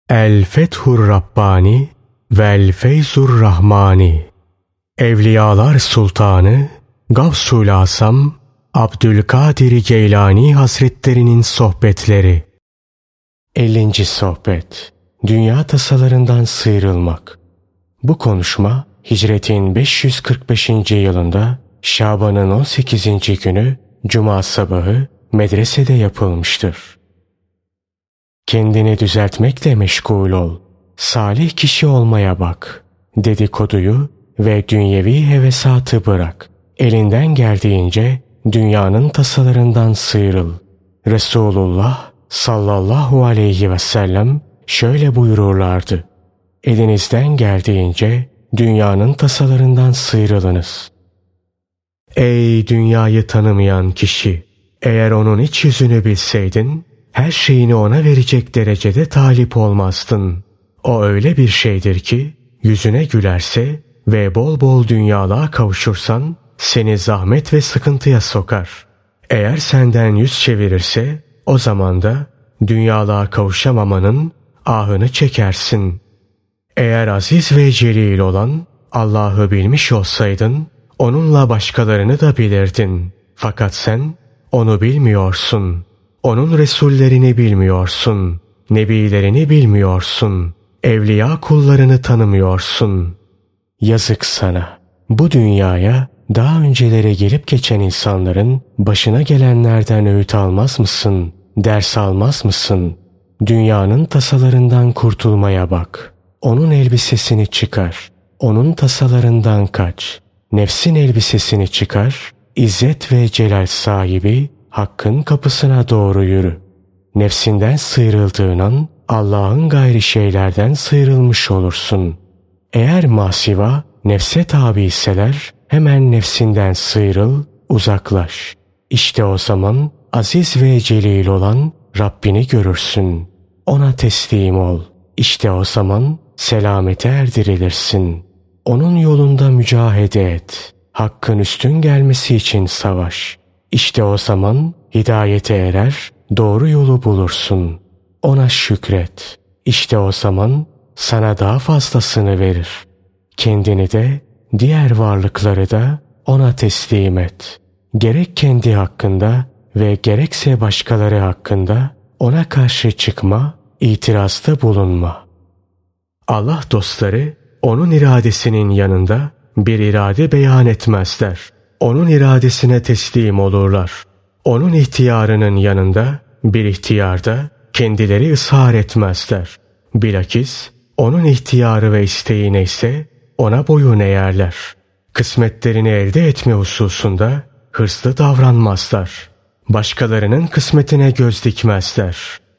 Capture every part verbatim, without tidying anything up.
El Fethur Rabbani vel Feyzur Rahmani. Evliyalar Sultanı Gavsul Asam Abdülkadir Geylani Hazretlerinin sohbetleri. ellinci sohbet. Dünya tasalarından sıyrılmak. Bu konuşma Hicretin beş yüz kırk beşinci yılında Şaban'ın on sekizinci günü Cuma sabahı medresede yapılmıştır. Kendini düzeltmekle meşgul ol. Salih kişi olmaya bak. Dedikoduyu ve dünyevi hevesatı bırak. Elinden geldiğince dünyanın tasalarından sıyrıl. Resulullah sallallahu aleyhi ve sellem şöyle buyururlardı. Elinizden geldiğince dünyanın tasalarından sıyrılınız. Ey dünyayı tanımayan kişi! Eğer onun iç yüzünü bilseydin, her şeyini ona verecek derecede talip olmazdın. O öyle bir şeydir ki, yüzüne gülerse ve bol bol dünyalığa kavuşursan, seni zahmet ve sıkıntıya sokar. Eğer senden yüz çevirirse, o zaman da dünyalığa kavuşamamanın ahını çekersin. Eğer aziz ve celil olan Allah'ı bilmiş olsaydın, onunla başkalarını da bilirdin. Fakat sen onu bilmiyorsun. Onun Resullerini bilmiyorsun. Nebilerini bilmiyorsun. Evliya kullarını tanımıyorsun. Yazık sana. Bu dünyaya daha öncelere gelip geçen insanların başına gelenlerden öğüt almaz mısın? Ders almaz mısın? Dünyanın tasalarından kurtulmaya bak. Onun elbisesini çıkar. Onun tasalarından kaç. Nefsin elbisesini çıkar. İzzet ve celal sahibi Hakk'ın kapısına doğru yürü. Nefsinden sıyrıldığın an Allah'ın gayri şeylerden sıyrılmış olursun. Eğer masiva nefse tabiseler hemen nefsinden sıyrıl, uzaklaş. İşte o zaman aziz ve celil olan Rabbini görürsün. Ona teslim ol. İşte o zaman selamete erdirilirsin. Onun yolunda mücahede et. Hakkın üstün gelmesi için savaş. İşte o zaman hidayete erer, doğru yolu bulursun. Ona şükret. İşte o zaman sana daha fazlasını verir. Kendini de, diğer varlıkları da ona teslim et. Gerek kendi hakkında ve gerekse başkaları hakkında ona karşı çıkma, itirazda bulunma. Allah dostları onun iradesinin yanında bir irade beyan etmezler. Onun iradesine teslim olurlar. Onun ihtiyarının yanında bir ihtiyarda kendileri ısrar etmezler. Bilakis onun ihtiyarı ve isteği neyse ona boyun eğerler. Kısmetlerini elde etme hususunda hırslı davranmazlar. Başkalarının kısmetine göz dikmezler.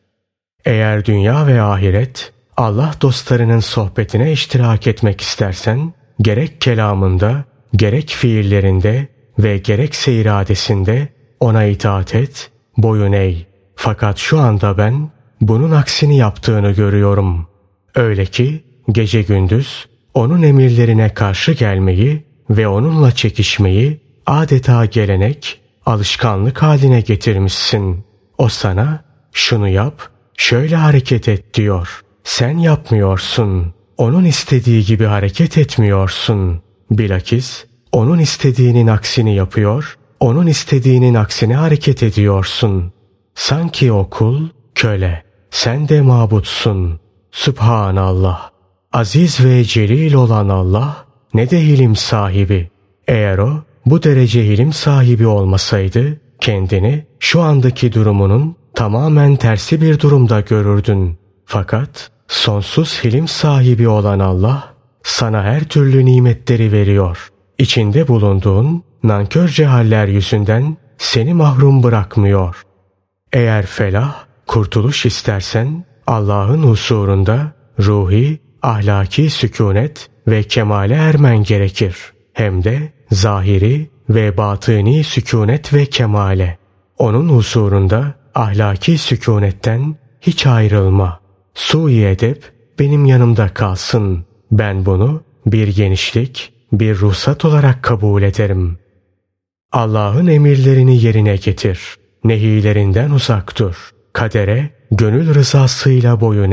Eğer dünya ve ahiret Allah dostlarının sohbetine iştirak etmek istersen, gerek kelamında, gerek fiillerinde ve gerekse iradesinde ona itaat et, boyun eğ. Fakat şu anda ben bunun aksini yaptığını görüyorum. Öyle ki gece gündüz onun emirlerine karşı gelmeyi ve onunla çekişmeyi adeta gelenek, alışkanlık haline getirmişsin. O sana şunu yap, şöyle hareket et diyor. Sen yapmıyorsun. Onun istediği gibi hareket etmiyorsun. Bilakis onun istediğinin aksini yapıyor, onun istediğinin aksine hareket ediyorsun. Sanki o kul köle, sen de mabutsun. Sübhanallah. Aziz ve celil olan Allah ne de hilim sahibi. Eğer o bu derece hilim sahibi olmasaydı kendini şu andaki durumunun tamamen tersi bir durumda görürdün. Fakat sonsuz hilim sahibi olan Allah sana her türlü nimetleri veriyor. İçinde bulunduğun nankör cehaller yüzünden seni mahrum bırakmıyor. Eğer felah, kurtuluş istersen Allah'ın huzurunda ruhi, ahlaki sükûnet ve kemale ermen gerekir. Hem de zahiri ve batıni sükûnet ve kemale. Onun huzurunda ahlaki sükûnetten hiç ayrılma. Sui edep benim yanımda kalsın. Ben bunu bir genişlik, bir ruhsat olarak kabul ederim. Allah'ın emirlerini yerine getir. Nehilerinden uzak dur. Kadere gönül rızasıyla boyun eğ.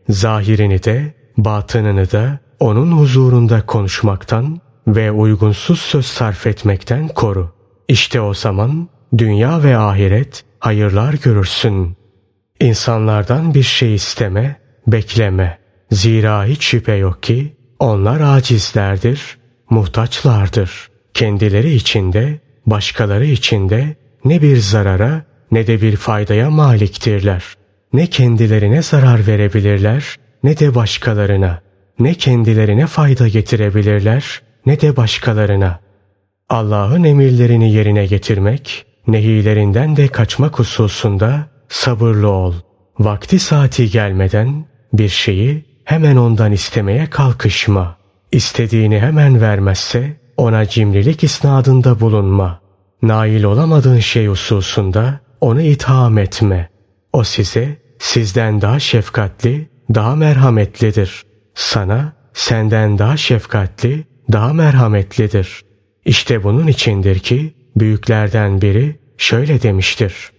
zahirini de batınını da onun huzurunda konuşmaktan ve uygunsuz söz sarf etmekten koru. İşte o zaman dünya ve ahiret hayırlar görürsün. İnsanlardan bir şey isteme, bekleme. Zira hiç şüphe yok ki onlar acizlerdir, muhtaçlardır. Kendileri içinde, başkaları içinde ne bir zarara ne de bir faydaya maliktirler. Ne kendilerine zarar verebilirler ne de başkalarına. Ne kendilerine fayda getirebilirler ne de başkalarına. Allah'ın emirlerini yerine getirmek, nehilerinden de kaçmak hususunda sabırlı ol. Vakti saati gelmeden bir şeyi hemen ondan istemeye kalkışma. İstediğini hemen vermezse ona cimrilik isnadında bulunma. Nail olamadığın şey hususunda onu itham etme. O size sizden daha şefkatli, daha merhametlidir. Sana senden daha şefkatli, daha merhametlidir. İşte bunun içindir ki büyüklerden biri şöyle demiştir: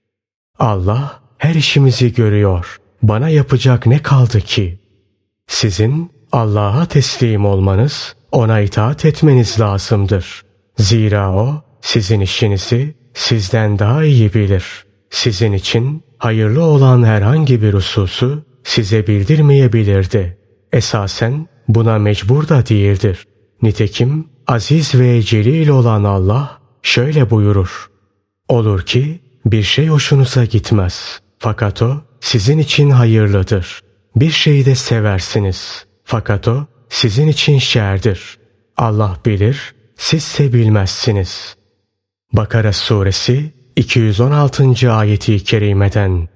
Allah her işimizi görüyor. Bana yapacak ne kaldı ki? Sizin Allah'a teslim olmanız, ona itaat etmeniz lazımdır. Zira o sizin işinizi sizden daha iyi bilir. Sizin için hayırlı olan herhangi bir hususu size bildirmeyebilirdi. Esasen buna mecbur da değildir. Nitekim aziz ve celil olan Allah şöyle buyurur: olur ki bir şey hoşunuza gitmez. Fakat o sizin için hayırlıdır. Bir şeyi de seversiniz. Fakat o sizin için şerdir. Allah bilir, sizse bilmezsiniz. Bakara suresi iki yüz on altıncı ayeti kerimeden: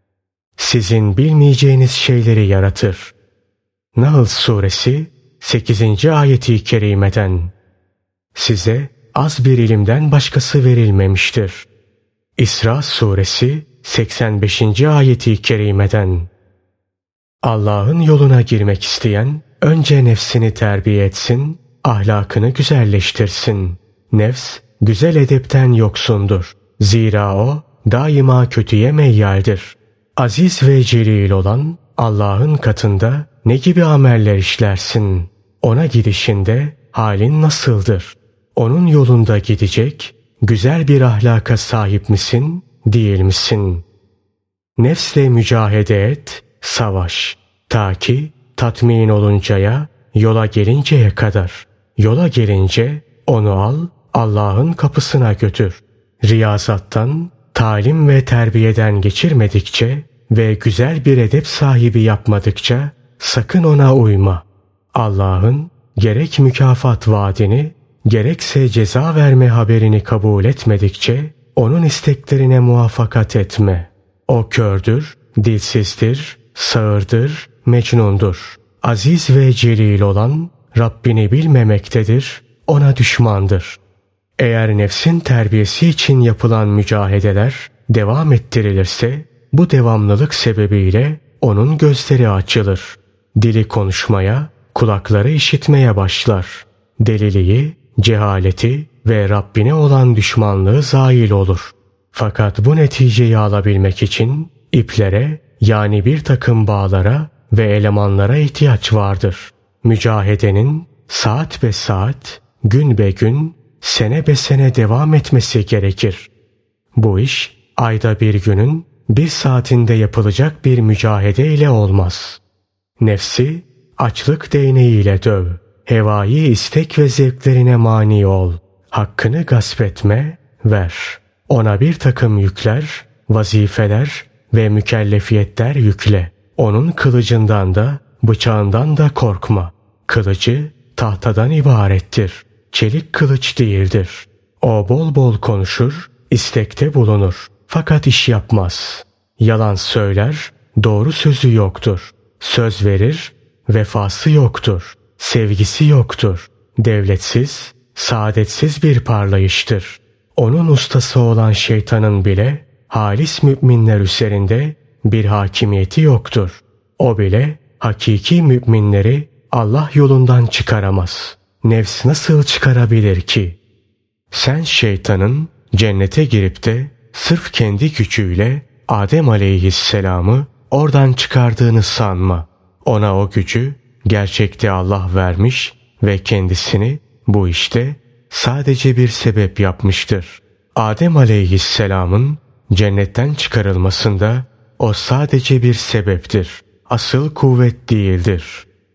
sizin bilmeyeceğiniz şeyleri yaratır. Nahl suresi sekizinci ayeti kerimeden: size az bir ilimden başkası verilmemiştir. İsra suresi seksen beşinci ayeti kerimeden: Allah'ın yoluna girmek isteyen önce nefsini terbiye etsin, ahlakını güzelleştirsin. Nefs güzel edepten yoksundur. Zira o daima kötüye meyyaldir. Aziz ve celil olan Allah'ın katında ne gibi ameller işlersin? Ona gidişinde halin nasıldır? Onun yolunda gidecek güzel bir ahlaka sahip misin, değil misin? Nefsle mücahede et, savaş. Ta ki tatmin oluncaya, yola gelinceye kadar. Yola gelince onu al, Allah'ın kapısına götür. Riyazattan, talim ve terbiyeden geçirmedikçe ve güzel bir edep sahibi yapmadıkça sakın ona uyma. Allah'ın gerek mükafat vaadini, gerekse ceza verme haberini kabul etmedikçe onun isteklerine muvaffakat etme. O kördür, dilsizdir, sağırdır, mecnundur. Aziz ve celil olan Rabbini bilmemektedir, ona düşmandır. Eğer nefsin terbiyesi için yapılan mücahedeler devam ettirilirse, bu devamlılık sebebiyle onun gözleri açılır. Dili konuşmaya, kulakları işitmeye başlar. Deliliği, cehaleti ve Rabbine olan düşmanlığı zail olur. Fakat bu neticeyi alabilmek için iplere, yani bir takım bağlara ve elemanlara ihtiyaç vardır. Mücahedenin saat be saat, gün be gün, sene be sene devam etmesi gerekir. Bu iş ayda bir günün bir saatinde yapılacak bir mücahede ile olmaz. Nefsi açlık değneğiyle döv. Hevai istek ve zevklerine mani ol. Hakkını gasp etme, ver. Ona bir takım yükler, vazifeler ve mükellefiyetler yükle. Onun kılıcından da, bıçağından da korkma. Kılıcı tahtadan ibarettir. Çelik kılıç değildir. O bol bol konuşur, istekte bulunur. Fakat iş yapmaz. Yalan söyler, doğru sözü yoktur. Söz verir, vefası yoktur. Sevgisi yoktur. Devletsiz, saadetsiz bir parlayıştır. Onun ustası olan şeytanın bile halis müminler üzerinde bir hakimiyeti yoktur. O bile hakiki müminleri Allah yolundan çıkaramaz. Nefs nasıl çıkarabilir ki? Sen şeytanın cennete girip de sırf kendi gücüyle Adem aleyhisselamı oradan çıkardığını sanma. Ona o gücü gerçekte Allah vermiş ve kendisini bu işte sadece bir sebep yapmıştır. Adem aleyhisselamın cennetten çıkarılmasında o sadece bir sebeptir. Asıl kuvvet değildir.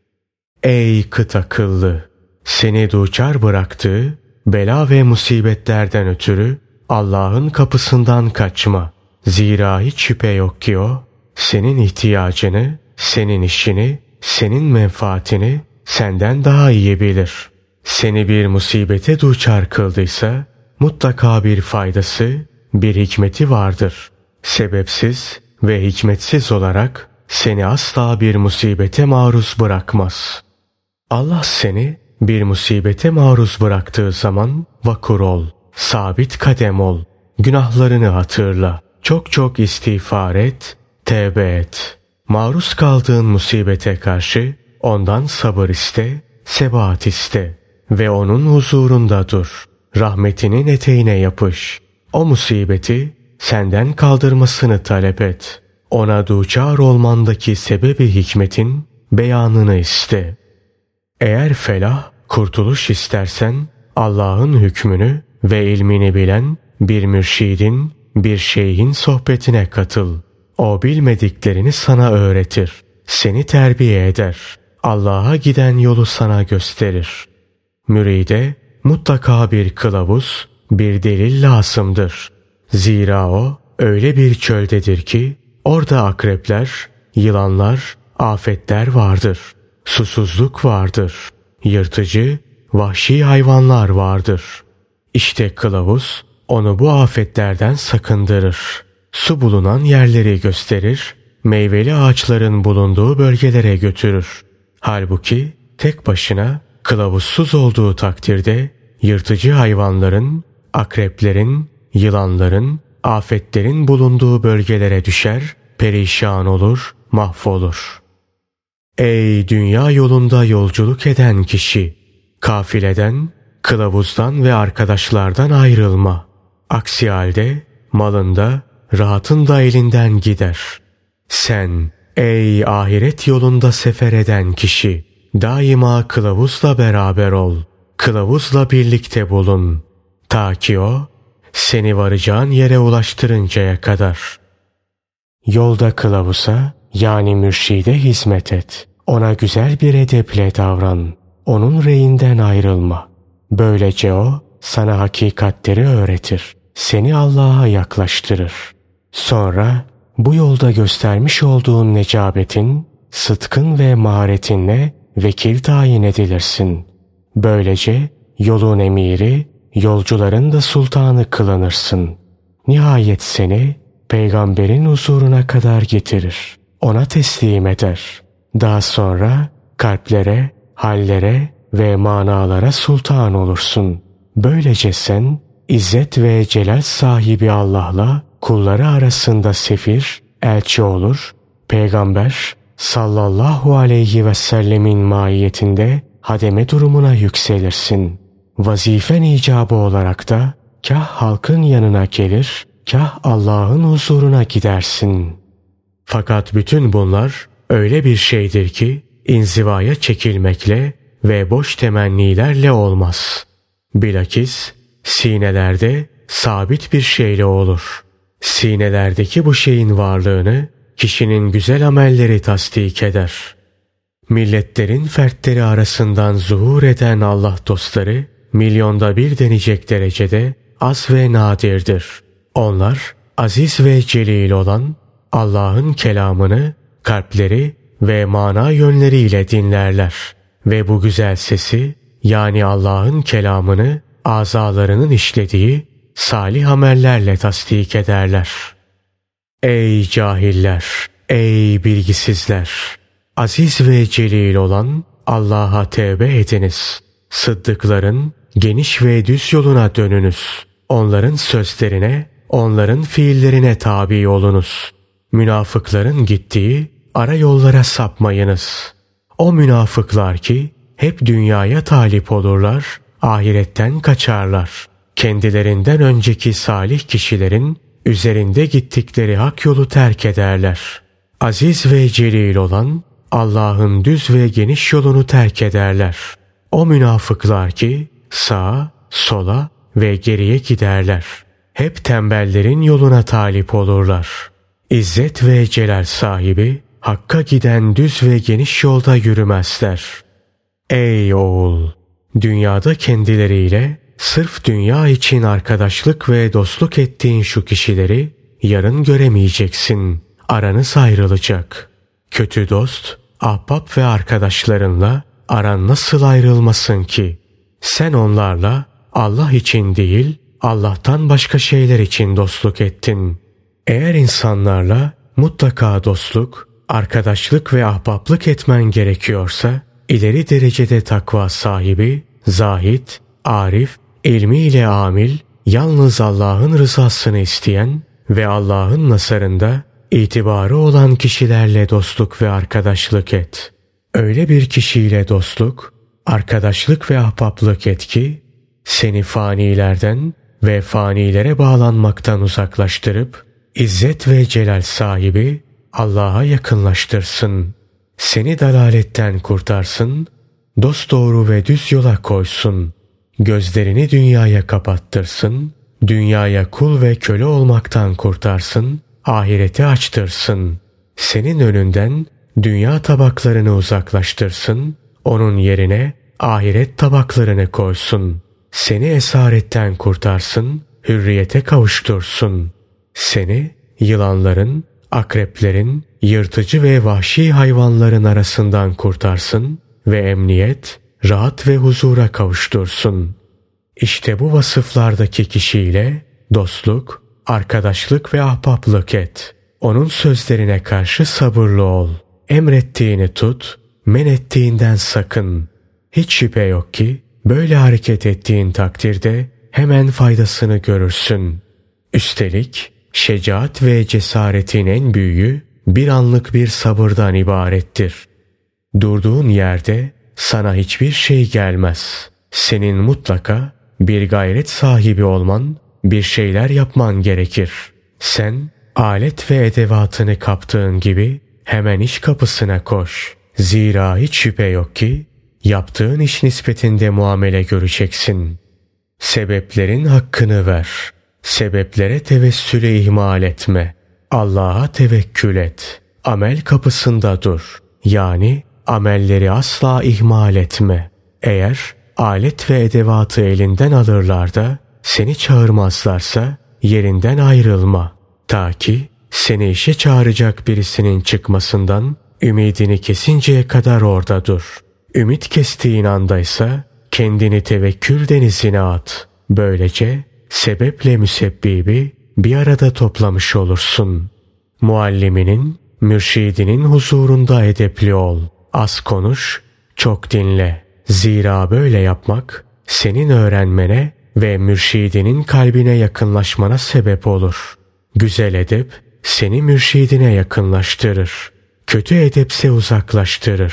Ey kıt akıllı! Seni duçar bıraktığı bela ve musibetlerden ötürü Allah'ın kapısından kaçma. Zira hiç şüphe yok ki o, senin ihtiyacını, senin işini, senin menfaatini senden daha iyi bilir. Seni bir musibete duçar kıldıysa mutlaka bir faydası, bir hikmeti vardır. Sebepsiz ve hikmetsiz olarak seni asla bir musibete maruz bırakmaz. Allah seni bir musibete maruz bıraktığı zaman vakur ol, sabit kadem ol, günahlarını hatırla, çok çok istiğfar et, tevbe et. Maruz kaldığın musibete karşı ondan sabır iste, sebat iste ve onun huzurunda dur. Rahmetinin eteğine yapış. O musibeti senden kaldırmasını talep et. Ona duçar olmandaki sebebi hikmetin beyanını iste. Eğer felah, kurtuluş istersen Allah'ın hükmünü ve ilmini bilen bir mürşidin, bir şeyhin sohbetine katıl. O bilmediklerini sana öğretir. Seni terbiye eder. Allah'a giden yolu sana gösterir. Müride mutlaka bir kılavuz, bir delil lazımdır. Zira o öyle bir çöldedir ki orada akrepler, yılanlar, afetler vardır. Susuzluk vardır. Yırtıcı, vahşi hayvanlar vardır. İşte kılavuz onu bu afetlerden sakındırır. Su bulunan yerleri gösterir, meyveli ağaçların bulunduğu bölgelere götürür. Halbuki tek başına kılavuzsuz olduğu takdirde yırtıcı hayvanların, akreplerin, yılanların, afetlerin bulunduğu bölgelere düşer, perişan olur, mahvolur. Ey dünya yolunda yolculuk eden kişi! Kafileden, kılavuzdan ve arkadaşlardan ayrılma. Aksi halde malında, rahatın da elinden gider. Sen, ey ahiret yolunda sefer eden kişi! Daima kılavuzla beraber ol. Kılavuzla birlikte bulun. Ta ki o, seni varacağın yere ulaştırıncaya kadar. Yolda kılavuza, yani mürşide hizmet et. Ona güzel bir edeple davran. Onun reyinden ayrılma. Böylece o, sana hakikatleri öğretir. Seni Allah'a yaklaştırır. Sonra bu yolda göstermiş olduğun necabetin, sıdkın ve maharetinle vekil tayin edilirsin. Böylece yolun emiri, yolcuların da sultanı kılanırsın. Nihayet seni peygamberin huzuruna kadar getirir. Ona teslim eder. Daha sonra kalplere, hallere ve manalara sultan olursun. Böylece sen İzzet ve celal sahibi Allah'la kulları arasında sefir, elçi olur, peygamber sallallahu aleyhi ve sellemin mahiyetinde hademe durumuna yükselirsin. Vazifen icabı olarak da kah halkın yanına gelir, kah Allah'ın huzuruna gidersin. Fakat bütün bunlar öyle bir şeydir ki inzivaya çekilmekle ve boş temennilerle olmaz. Bilakis sinelerde sabit bir şeyle olur. Sinelerdeki bu şeyin varlığını kişinin güzel amelleri tasdik eder. Milletlerin fertleri arasından zuhur eden Allah dostları milyonda bir denecek derecede az ve nadirdir. Onlar aziz ve celil olan Allah'ın kelamını kalpleri ve mana yönleriyle dinlerler ve bu güzel sesi, yani Allah'ın kelamını azalarının işlediği salih amellerle tasdik ederler. Ey cahiller! Ey bilgisizler! Aziz ve celil olan Allah'a tevbe ediniz. Sıddıkların geniş ve düz yoluna dönünüz. Onların sözlerine, onların fiillerine tabi olunuz. Münafıkların gittiği ara yollara sapmayınız. O münafıklar ki hep dünyaya talip olurlar, ahiretten kaçarlar. Kendilerinden önceki salih kişilerin üzerinde gittikleri hak yolu terk ederler. Aziz ve celil olan Allah'ın düz ve geniş yolunu terk ederler. O münafıklar ki sağa, sola ve geriye giderler. Hep tembellerin yoluna talip olurlar. İzzet ve celal sahibi Hakk'a giden düz ve geniş yolda yürümezler. Ey oğul! Dünyada kendileriyle sırf dünya için arkadaşlık ve dostluk ettiğin şu kişileri yarın göremeyeceksin. Aranız ayrılacak. Kötü dost, ahbap ve arkadaşlarınla aran nasıl ayrılmasın ki? Sen onlarla Allah için değil, Allah'tan başka şeyler için dostluk ettin. Eğer insanlarla mutlaka dostluk, arkadaşlık ve ahbaplık etmen gerekiyorsa, ileri derecede takva sahibi, zahit, arif, ilmiyle amil, yalnız Allah'ın rızasını isteyen ve Allah'ın nazarında itibarı olan kişilerle dostluk ve arkadaşlık et. Öyle bir kişiyle dostluk, arkadaşlık ve ahbaplık et ki, seni fanilerden ve fanilere bağlanmaktan uzaklaştırıp, İzzet ve celal sahibi Allah'a yakınlaştırsın. Seni dalaletten kurtarsın, dosdoğru ve düz yola koysun. Gözlerini dünyaya kapattırsın, dünyaya kul ve köle olmaktan kurtarsın, ahireti açtırsın. Senin önünden dünya tabaklarını uzaklaştırsın, onun yerine ahiret tabaklarını koysun. Seni esaretten kurtarsın, hürriyete kavuştursun. Seni yılanların, akreplerin, yırtıcı ve vahşi hayvanların arasından kurtarsın ve emniyet, rahat ve huzura kavuştursun. İşte bu vasıflardaki kişiyle dostluk, arkadaşlık ve ahbaplık et. Onun sözlerine karşı sabırlı ol. Emrettiğini tut, men ettiğinden sakın. Hiç şüphe yok ki böyle hareket ettiğin takdirde hemen faydasını görürsün. Üstelik şecaat ve cesaretin en büyüğü bir anlık bir sabırdan ibarettir. Durduğun yerde sana hiçbir şey gelmez. Senin mutlaka bir gayret sahibi olman, bir şeyler yapman gerekir. Sen alet ve edevatını kaptığın gibi hemen iş kapısına koş. Zira hiç şüphe yok ki yaptığın iş nispetinde muamele göreceksin. Sebeplerin hakkını ver. Sebeplere tevessülü ihmal etme. Allah'a tevekkül et. Amel kapısında dur. Yani amelleri asla ihmal etme. Eğer alet ve edevatı elinden alırlar da seni çağırmazlarsa yerinden ayrılma. Ta ki seni işe çağıracak birisinin çıkmasından ümidini kesinceye kadar orada dur. Ümit kestiğin andaysa kendini tevekkül denizine at. Böylece sebeple müsebbibi bir arada toplamış olursun. Mualliminin, mürşidinin huzurunda edepli ol. Az konuş, çok dinle. Zira böyle yapmak senin öğrenmene ve mürşidinin kalbine yakınlaşmana sebep olur. Güzel edep seni mürşidine yakınlaştırır. Kötü edepse uzaklaştırır.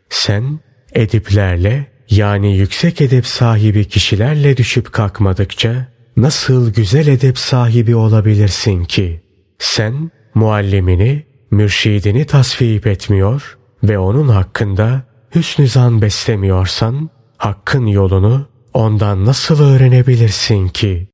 Sen ediplerle, yani yüksek edep sahibi kişilerle düşüp kalkmadıkça nasıl güzel edep sahibi olabilirsin ki? Sen muallimini, mürşidini tasvip etmiyor ve onun hakkında hüsnü zan beslemiyorsan, hakkın yolunu ondan nasıl öğrenebilirsin ki?